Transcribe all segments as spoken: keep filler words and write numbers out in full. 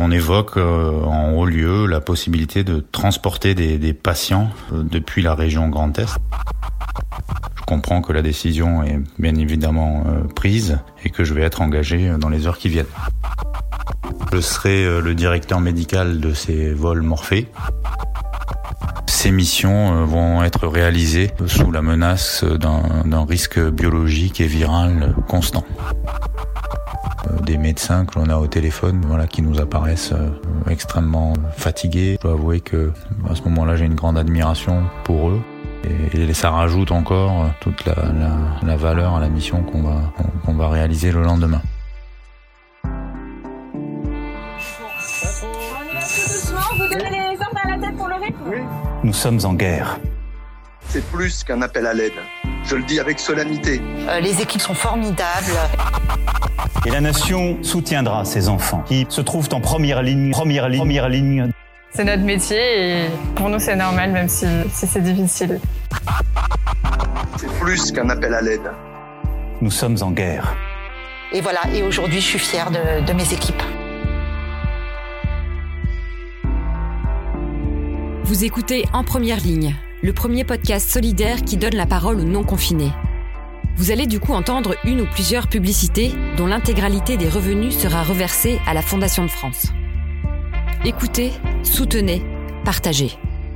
On évoque euh, en haut lieu la possibilité de transporter des, des patients euh, depuis la région Grand Est. Je comprends que la décision est bien évidemment euh, prise et que je vais être engagé dans les heures qui viennent. Je serai euh, le directeur médical de ces vols Morphée. Ces missions euh, vont être réalisées sous la menace d'un, d'un risque biologique et viral constant. Des médecins que l'on a au téléphone, voilà, qui nous apparaissent euh, extrêmement fatigués. Je dois avouer que à ce moment-là, j'ai une grande admiration pour eux. Et, et ça rajoute encore toute la, la, la valeur à la mission qu'on va, qu'on va réaliser le lendemain. Vous donnez les ordres à la tête pour le rythme ? Oui. Nous sommes en guerre. C'est plus qu'un appel à l'aide. Je le dis avec solennité. Euh, les équipes sont formidables. Et la nation soutiendra ces enfants qui se trouvent en première ligne, première ligne, première ligne. C'est notre métier et pour nous c'est normal même si, si c'est difficile. C'est plus qu'un appel à l'aide. Nous sommes en guerre. Et voilà, et aujourd'hui je suis fière de, de mes équipes. Vous écoutez En Première Ligne, le premier podcast solidaire qui donne la parole aux non-confinés. Vous allez du coup entendre une ou plusieurs publicités dont l'intégralité des revenus sera reversée à la Fondation de France. Écoutez, soutenez, partagez.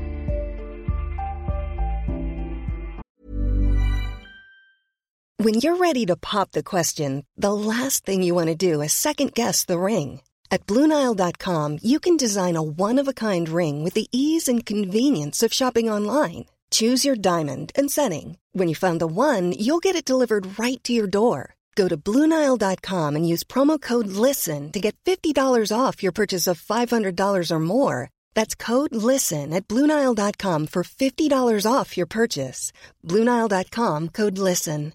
When you're ready to pop the question, the last thing you want to do is second-guess the ring. At Blue Nile dot com, you can design a one-of-a-kind ring with the ease and convenience of shopping online. Choose your diamond and setting. When you find the one, you'll get it delivered right to your door. Go to Blue Nile dot com and use promo code LISTEN to get fifty dollars off your purchase of five hundred dollars or more. That's code LISTEN at Blue Nile dot com for fifty dollars off your purchase. Blue Nile dot com, code LISTEN.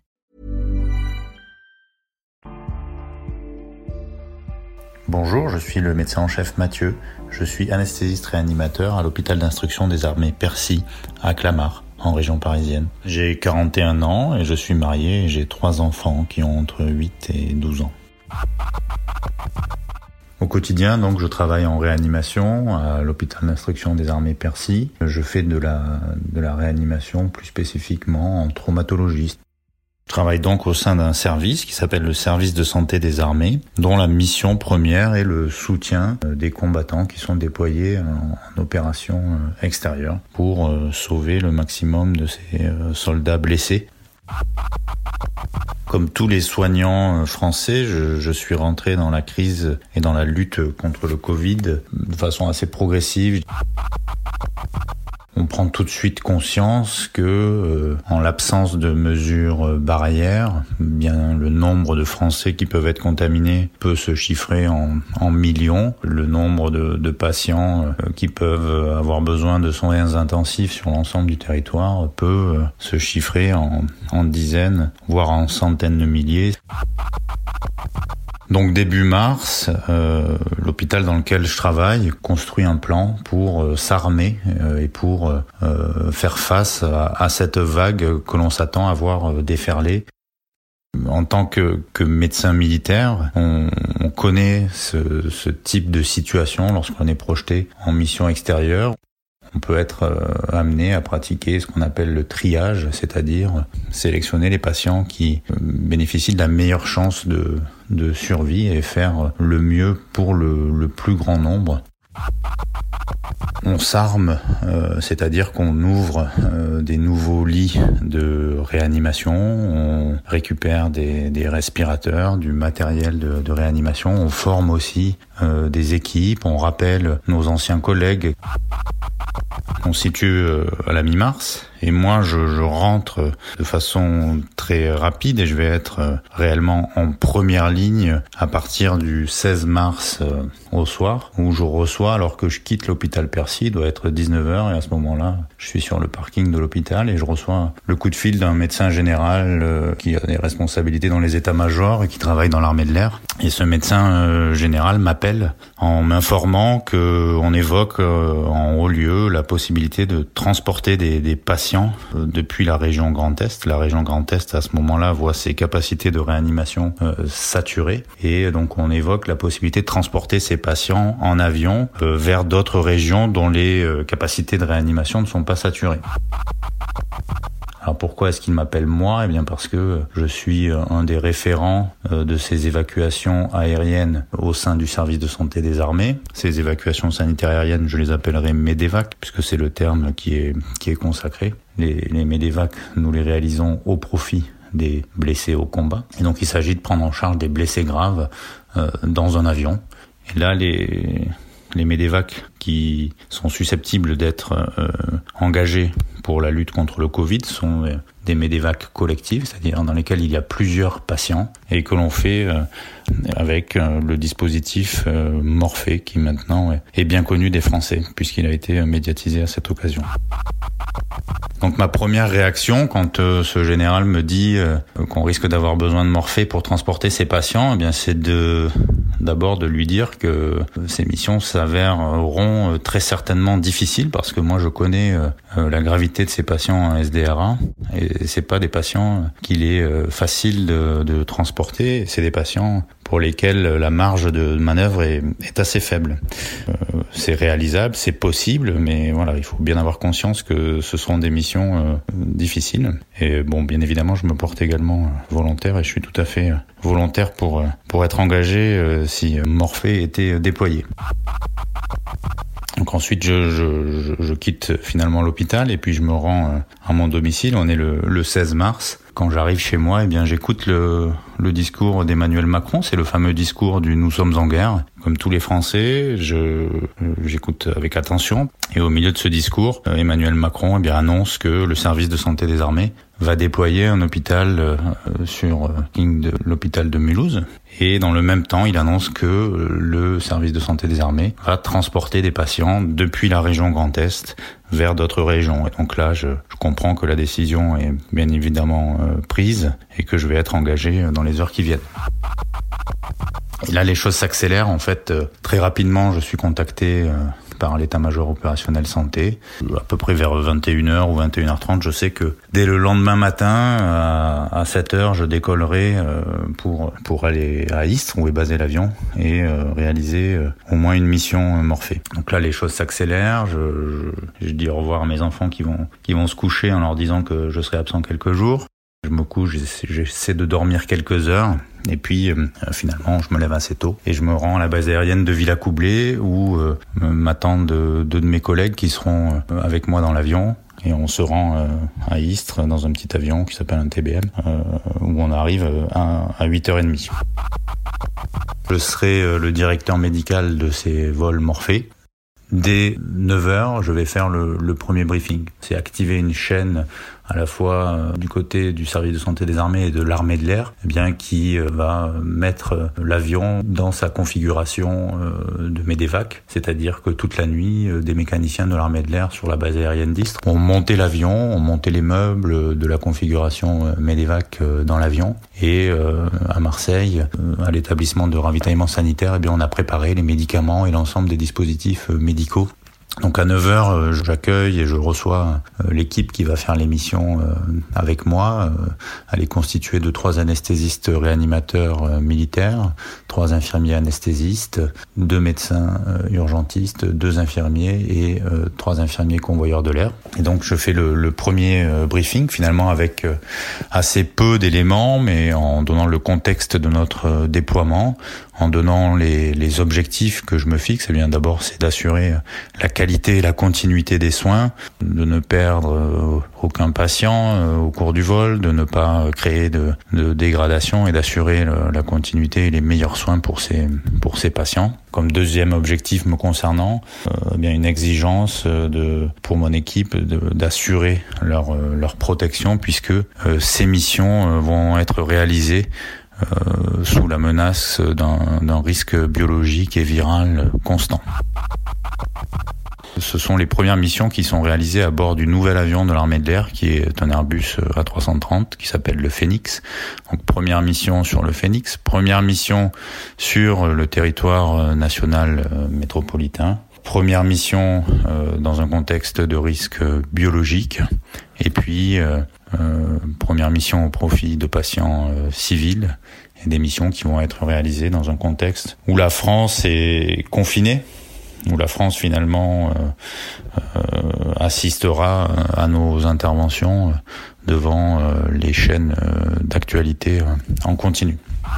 Bonjour, je suis le médecin en chef Mathieu. Je suis anesthésiste réanimateur à l'hôpital d'instruction des armées Percy à Clamart, en région parisienne. J'ai quarante et un ans et je suis marié et j'ai trois enfants qui ont entre huit et douze ans. Au quotidien, donc, je travaille en réanimation à l'hôpital d'instruction des armées Percy. Je fais de la, de la réanimation plus spécifiquement en traumatologie. Je travaille donc au sein d'un service qui s'appelle le service de santé des armées, dont la mission première est le soutien des combattants qui sont déployés en, en opération extérieure pour sauver le maximum de ces soldats blessés. Comme tous les soignants français, je, je suis rentré dans la crise et dans la lutte contre le Covid de façon assez progressive. On prend tout de suite conscience que, euh, en l'absence de mesures barrières, bien le nombre de Français qui peuvent être contaminés peut se chiffrer en, en millions. Le nombre de, de patients euh, qui peuvent avoir besoin de soins intensifs sur l'ensemble du territoire peut euh, se chiffrer en, en dizaines, voire en centaines de milliers. Donc début mars, euh, l'hôpital dans lequel je travaille construit un plan pour euh, s'armer euh, et pour euh, faire face à, à cette vague que l'on s'attend à voir déferler. En tant que, que médecin militaire, on, on connaît ce, ce type de situation lorsqu'on est projeté en mission extérieure. On peut être euh, amené à pratiquer ce qu'on appelle le triage, c'est-à-dire sélectionner les patients qui euh, bénéficient de la meilleure chance de, de survie et faire le mieux pour le, le plus grand nombre. On s'arme, euh, c'est-à-dire qu'on ouvre euh, des nouveaux lits de réanimation, on récupère des, des respirateurs, du matériel de, de réanimation, on forme aussi euh, des équipes, on rappelle nos anciens collègues. On se situe euh, à la mi-mars et moi je, je rentre de façon très rapide et je vais être euh, réellement en première ligne à partir du seize mars euh, au soir où je reçois, alors que je quitte l'hôpital Percy, il doit être dix-neuf heures et à ce moment-là je suis sur le parking de l'hôpital et je reçois le coup de fil d'un médecin général euh, qui a des responsabilités dans les états-majors et qui travaille dans l'armée de l'air. Et ce médecin euh, général m'appelle en m'informant qu'on évoque euh, en haut lieu la possibilité de transporter des, des patients patients euh, depuis la région Grand Est. La région Grand Est, à ce moment-là, voit ses capacités de réanimation euh, saturées. Et donc, on évoque la possibilité de transporter ces patients en avion euh, vers d'autres régions dont les euh, capacités de réanimation ne sont pas saturées. Alors pourquoi est-ce qu'il m'appelle moi ? Eh bien parce que je suis un des référents de ces évacuations aériennes au sein du service de santé des armées. Ces évacuations sanitaires aériennes, je les appellerai MEDEVAC, puisque c'est le terme qui est, qui est consacré. Les, les MEDEVAC, nous les réalisons au profit des blessés au combat. Et donc il s'agit de prendre en charge des blessés graves euh, dans un avion. Et là, les... Les MEDEVAC qui sont susceptibles d'être euh, engagés pour la lutte contre le Covid sont euh, des MEDEVAC collectives, c'est-à-dire dans lesquels il y a plusieurs patients et que l'on fait euh, avec euh, le dispositif euh, Morphée qui maintenant est bien connu des Français puisqu'il a été médiatisé à cette occasion. Donc ma première réaction quand euh, ce général me dit euh, qu'on risque d'avoir besoin de Morphée pour transporter ses patients, eh bien c'est de d'abord de lui dire que ces missions s'avèreront très certainement difficiles parce que moi je connais euh, la gravité de ces patients en S D R A et c'est pas des patients qu'il est euh, facile de, de transporter, c'est des patients pour lesquels la marge de manœuvre est, est assez faible. Euh, c'est réalisable, c'est possible, mais voilà, il faut bien avoir conscience que ce sont des missions euh, difficiles. Et bon, bien évidemment, je me porte également volontaire et je suis tout à fait volontaire pour pour être engagé euh, si Morphée était déployé. Donc ensuite, je, je, je, je quitte finalement l'hôpital et puis je me rends à mon domicile. On est le, le seize mars. Quand j'arrive chez moi, eh bien, j'écoute le, le discours d'Emmanuel Macron. C'est le fameux discours du « Nous sommes en guerre ». Comme tous les Français, je, j'écoute avec attention. Et au milieu de ce discours, Emmanuel Macron eh bien, annonce que le service de santé des armées va déployer un hôpital euh, sur euh, de l'hôpital de Mulhouse. Et dans le même temps, il annonce que euh, le service de santé des armées va transporter des patients depuis la région Grand Est vers d'autres régions. Et donc là, je, je comprends que la décision est bien évidemment euh, prise et que je vais être engagé dans les heures qui viennent. Et là, les choses s'accélèrent. En fait, euh, très rapidement, je suis contacté euh, par l'état-major opérationnel santé. À peu près vers vingt et une heures ou vingt et une heures trente, je sais que dès le lendemain matin, à, à sept heures, je décollerai euh, pour pour aller à Istres, où est basé l'avion, et euh, réaliser euh, au moins une mission euh, Morphée. Donc là, les choses s'accélèrent. Je, je, je dis au revoir à mes enfants qui vont qui vont se coucher en leur disant que je serai absent quelques jours. Je me couche, j'essaie de dormir quelques heures et puis euh, finalement je me lève assez tôt et je me rends à la base aérienne de Villacoublay où euh, m'attendent deux de mes collègues qui seront euh, avec moi dans l'avion et on se rend euh, à Istres dans un petit avion qui s'appelle un T B M euh, où on arrive à, à huit heures trente. Je serai euh, le directeur médical de ces vols Morphée. Dès neuf heures, je vais faire le, le premier briefing. C'est activer une chaîne à la fois euh, du côté du service de santé des armées et de l'armée de l'air, eh bien qui euh, va mettre euh, l'avion dans sa configuration euh, de MEDEVAC, c'est-à-dire que toute la nuit, euh, des mécaniciens de l'armée de l'air sur la base aérienne d'Istres ont monté l'avion, ont monté les meubles de la configuration euh, MEDEVAC euh, dans l'avion. Et euh, à Marseille, euh, à l'établissement de ravitaillement sanitaire, eh bien on a préparé les médicaments et l'ensemble des dispositifs euh, médicaux. Donc à neuf heures, j'accueille et je reçois l'équipe qui va faire l'émission avec moi. Elle est constituée de trois anesthésistes réanimateurs militaires, trois infirmiers anesthésistes, deux médecins urgentistes, deux infirmiers et trois infirmiers convoyeurs de l'air. Et donc je fais le, le premier briefing finalement avec assez peu d'éléments, mais en donnant le contexte de notre déploiement, en donnant les, les objectifs que je me fixe. Eh bien d'abord c'est d'assurer la qualité et la continuité des soins, de ne perdre aucun patient au cours du vol, de ne pas créer de, de dégradation et d'assurer le, la continuité et les meilleurs soins pour ces pour ces patients. Comme deuxième objectif me concernant, euh, bien une exigence de pour mon équipe de, d'assurer leur leur protection puisque euh, ces missions vont être réalisées Euh, sous la menace d'un, d'un risque biologique et viral constant. Ce sont les premières missions qui sont réalisées à bord du nouvel avion de l'armée de l'air, qui est un Airbus A trois cent trente, qui s'appelle le Phénix. Donc première mission sur le Phénix, première mission sur le territoire national métropolitain. première mission euh, dans un contexte de risque biologique, et puis euh, euh, première mission au profit de patients euh, civils, et des missions qui vont être réalisées dans un contexte où la France est confinée, où la France finalement euh, euh, assistera à nos interventions devant euh, les chaînes euh, d'actualité euh, en continu.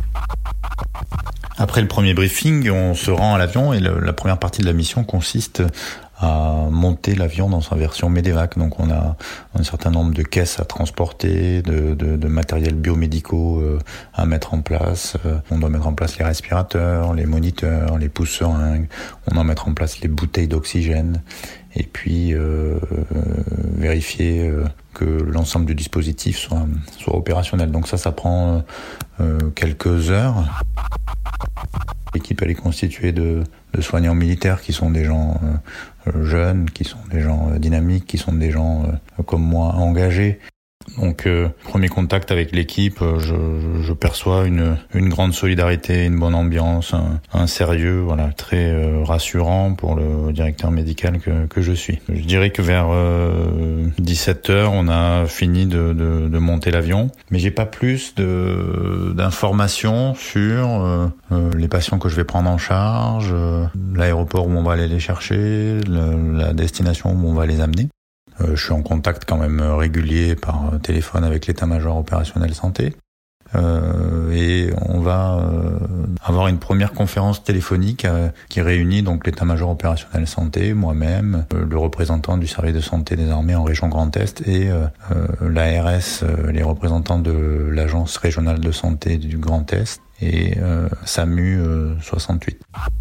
Après le premier briefing, on se rend à l'avion et le, la première partie de la mission consiste à monter l'avion dans sa version MEDEVAC. Donc on a un certain nombre de caisses à transporter, de, de, de matériels biomédicaux euh, à mettre en place. Euh, on doit mettre en place les respirateurs, les moniteurs, les pousse-seringues. On doit mettre en place les bouteilles d'oxygène. Et puis euh, euh, vérifier euh, que l'ensemble du dispositif soit, soit opérationnel. Donc ça, ça prend euh, quelques heures. L'équipe, elle est constituée de, de soignants militaires qui sont des gens euh, jeunes, qui sont des gens euh, dynamiques, qui sont des gens euh, comme moi engagés. Donc, euh, premier contact avec l'équipe, euh, je, je perçois une, une grande solidarité, une bonne ambiance, un, un sérieux, voilà, très euh, rassurant pour le directeur médical que, que je suis. Je dirais que vers euh, dix-sept heures, on a fini de, de, de monter l'avion, mais j'ai pas plus de d'informations sur euh, euh, les patients que je vais prendre en charge, euh, l'aéroport où on va aller les chercher, le, la destination où on va les amener. Euh, je suis en contact quand même régulier par téléphone avec l'état-major opérationnel santé. Euh, et on va euh, avoir une première conférence téléphonique euh, qui réunit donc l'état-major opérationnel santé, moi-même, euh, le représentant du service de santé des armées en région Grand Est et euh, euh, l'A R S, euh, les représentants de l'agence régionale de santé du Grand Est et euh, SAMU euh, soixante-huit.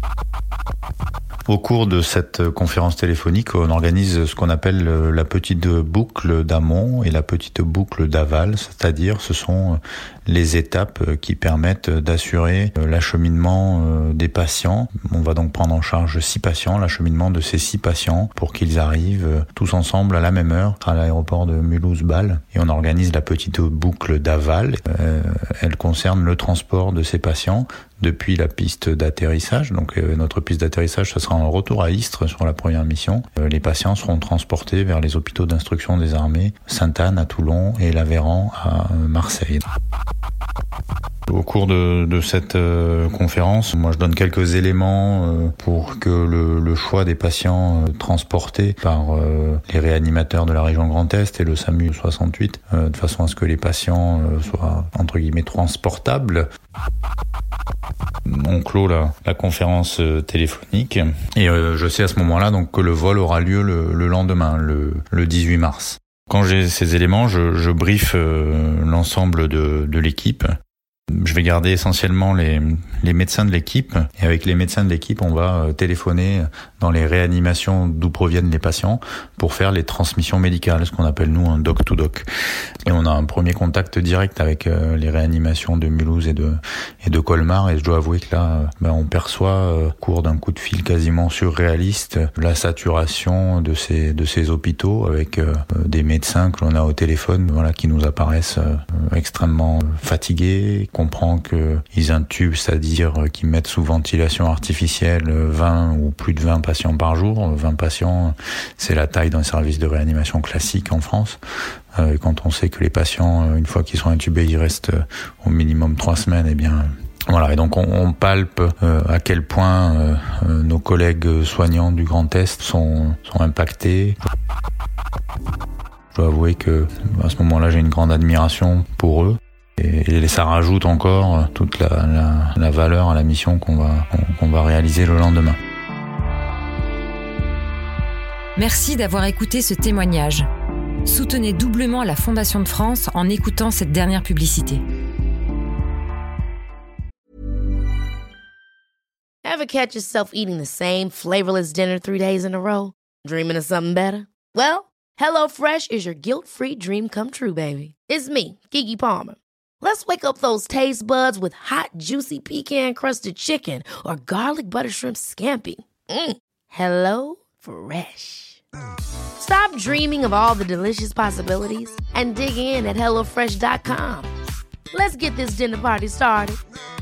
Au cours de cette conférence téléphonique, on organise ce qu'on appelle la petite boucle d'amont et la petite boucle d'aval, c'est-à-dire ce sont les étapes qui permettent d'assurer l'acheminement des patients. On va donc prendre en charge six patients, l'acheminement de ces six patients pour qu'ils arrivent tous ensemble à la même heure à l'aéroport de Mulhouse-Bâle. Et on organise la petite boucle d'aval. Elle concerne le transport de ces patients depuis la piste d'atterrissage. Donc euh, notre piste d'atterrissage, ça sera un retour à Istres sur la première mission. Euh, les patients seront transportés vers les hôpitaux d'instruction des armées, Sainte-Anne à Toulon et L'Aveyran à euh, Marseille. Au cours de, de cette euh, conférence, moi je donne quelques éléments euh, pour que le, le choix des patients euh, transportés par euh, les réanimateurs de la région Grand Est et le SAMU soixante-huit, euh, de façon à ce que les patients euh, soient entre guillemets transportables. On clôt la, la conférence euh, téléphonique et euh, je sais à ce moment-là donc que le vol aura lieu le, le lendemain, le, le dix-huit mars. Quand j'ai ces éléments, je, je briefe euh, l'ensemble de, de l'équipe. Je vais garder essentiellement les, les médecins de l'équipe et avec les médecins de l'équipe, on va téléphoner dans les réanimations d'où proviennent les patients pour faire les transmissions médicales, ce qu'on appelle nous un doc-to-doc. Et on a un premier contact direct avec euh, les réanimations de Mulhouse et de et de Colmar et je dois avouer que là, euh, ben, on perçoit euh, au cours d'un coup de fil quasiment surréaliste la saturation de ces de ces hôpitaux avec euh, des médecins que l'on a au téléphone, voilà, qui nous apparaissent euh, extrêmement fatigués. Comprend qu'ils intubent, c'est-à-dire qu'ils mettent sous ventilation artificielle vingt ou plus de vingt patients par jour. vingt patients, c'est la taille d'un service de réanimation classique en France. Euh, quand on sait que les patients, une fois qu'ils sont intubés, ils restent au minimum trois semaines, eh bien... Voilà, et donc on, on palpe euh, à quel point euh, euh, nos collègues soignants du Grand Est sont, sont impactés. Je dois avouer que à ce moment-là, j'ai une grande admiration pour eux. Et ça rajoute encore toute la, la, la valeur à la mission qu'on va, qu'on va réaliser le lendemain. Merci d'avoir écouté ce témoignage. Soutenez doublement la Fondation de France en écoutant cette dernière publicité. Ever catch yourself eating the same flavorless dinner three days in a row? Dreaming of something better? Well, HelloFresh is your guilt-free dream come true, baby. It's me, Keke Palmer. Let's wake up those taste buds with hot, juicy pecan-crusted chicken or garlic butter shrimp scampi. Mm. Hello Fresh. Stop dreaming of all the delicious possibilities and dig in at hello fresh dot com. Let's get this dinner party started.